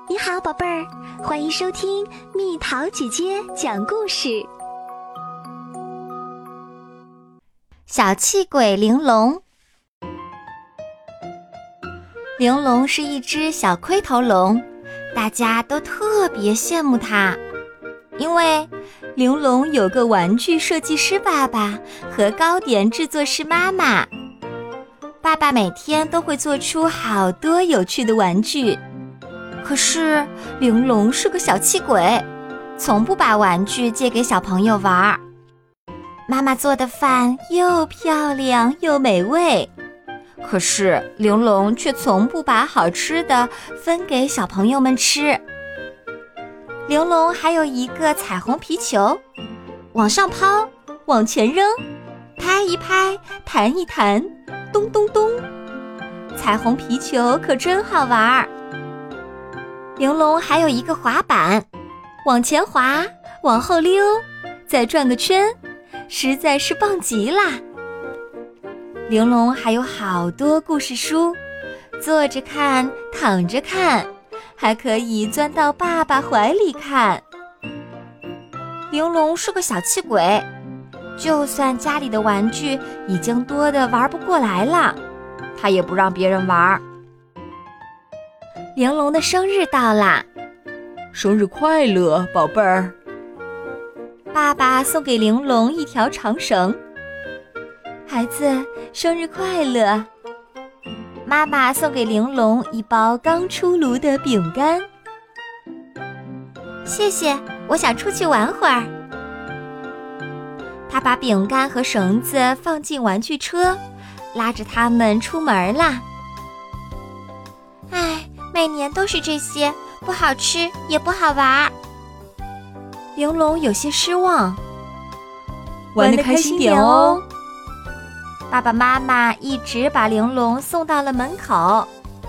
你好，宝贝儿，欢迎收听蜜桃姐姐讲故事。 小气鬼玲珑。玲珑是一只小盔头龙，大家都特别羡慕它，因为玲珑有个玩具设计师爸爸和糕点制作师妈妈。爸爸每天都会做出好多有趣的玩具，可是玲珑是个小气鬼，从不把玩具借给小朋友玩。妈妈做的饭又漂亮又美味，可是玲珑却从不把好吃的分给小朋友们吃。玲珑还有一个彩虹皮球，往上抛，往前扔，拍一拍，弹一弹，咚咚咚，彩虹皮球可真好玩。玲珑还有一个滑板，往前滑，往后溜，再转个圈，实在是棒极啦。玲珑还有好多故事书，坐着看，躺着看，还可以钻到爸爸怀里看。玲珑是个小气鬼，就算家里的玩具已经多得玩不过来了，她也不让别人玩。玲珑的生日到啦， 生日快乐，宝贝儿！ 爸爸送给玲珑一条长绳。孩子，生日快乐！妈妈送给玲珑一包刚出炉的饼干。谢谢，我想出去玩会儿。他把饼干和绳子放进玩具车，拉着他们出门啦。唉，每年都是这些，不好吃也不好玩。玲珑有些失望。 玩得开心点哦。 爸爸妈妈一直把玲珑送到了门口。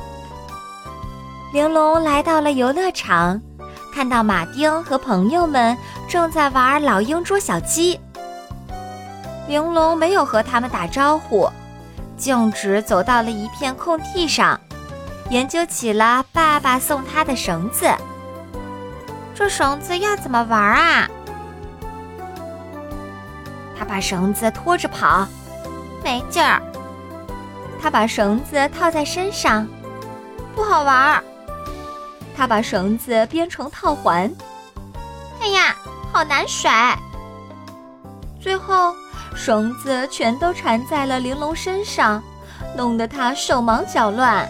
玲珑来到了游乐场，看到马丁和朋友们正在玩老鹰捉小鸡。玲珑没有和他们打招呼，径直走到了一片空地上，研究起了爸爸送他的绳子。这绳子要怎么玩啊？他把绳子拖着跑，没劲儿。他把绳子套在身上，不好玩。他把绳子编成套环，哎呀，好难甩。最后绳子全都缠在了玲珑身上，弄得他手忙脚乱。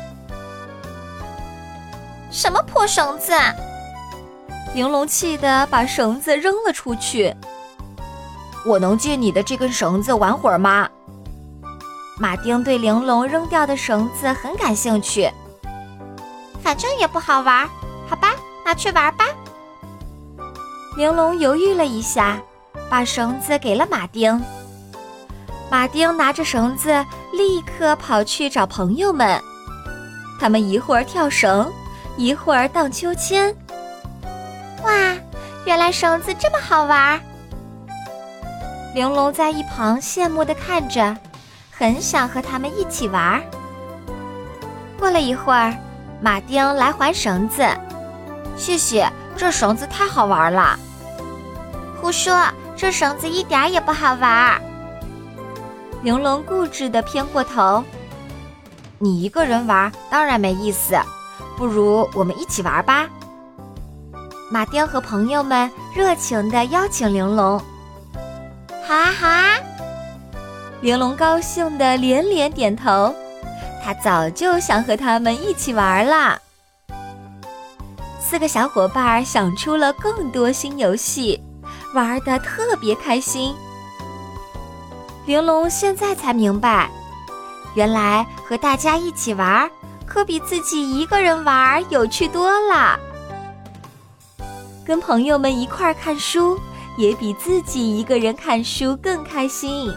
什么破绳子！玲珑气得把绳子扔了出去。我能借你的这根绳子玩会儿吗？马丁对玲珑扔掉的绳子很感兴趣。反正也不好玩，好吧，拿去玩吧。玲珑犹豫了一下，把绳子给了马丁。马丁拿着绳子立刻跑去找朋友们，他们一会儿跳绳，一会儿荡秋千。哇，原来绳子这么好玩！玲珑在一旁羡慕地看着，很想和他们一起玩。过了一会儿，马丁来还绳子。谢谢，这绳子太好玩了。胡说，这绳子一点也不好玩。玲珑固执地偏过头。你一个人玩当然没意思，不如我们一起玩吧。马丁和朋友们热情地邀请玲珑。好啊好啊！玲珑高兴地连连点头，她早就想和他们一起玩了。4个小伙伴想出了更多新游戏，玩得特别开心。玲珑现在才明白，原来和大家一起玩可比自己一个人玩有趣多了。跟朋友们一块儿看书，也比自己一个人看书更开心。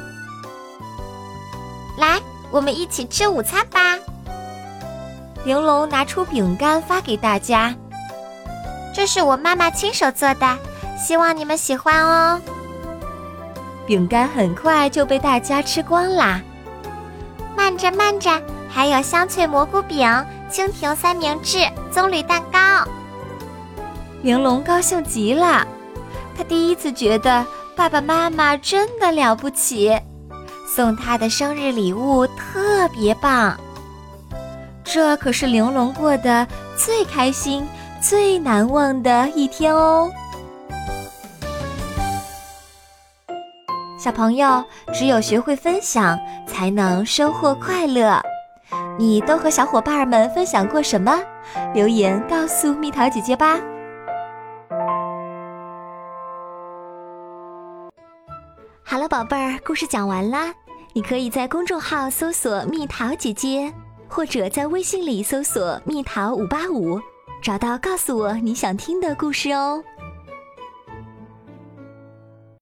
来，我们一起吃午餐吧。玲珑拿出饼干发给大家。这是我妈妈亲手做的，希望你们喜欢哦。饼干很快就被大家吃光啦。慢着慢着，还有香脆蘑菇饼、蜻蜓三明治、棕榈蛋糕。 玲珑高兴极了，她第一次觉得爸爸妈妈真的了不起，送她的生日礼物特别棒。这可是玲珑过得最开心、最难忘的一天哦。小朋友，只有学会分享，才能收获快乐。你都和小伙伴们分享过什么？留言告诉蜜桃姐姐吧。 好了，宝贝儿，故事讲完啦。你可以在公众号搜索蜜桃姐姐，或者在微信里搜索蜜桃585，找到告诉我你想听的故事哦。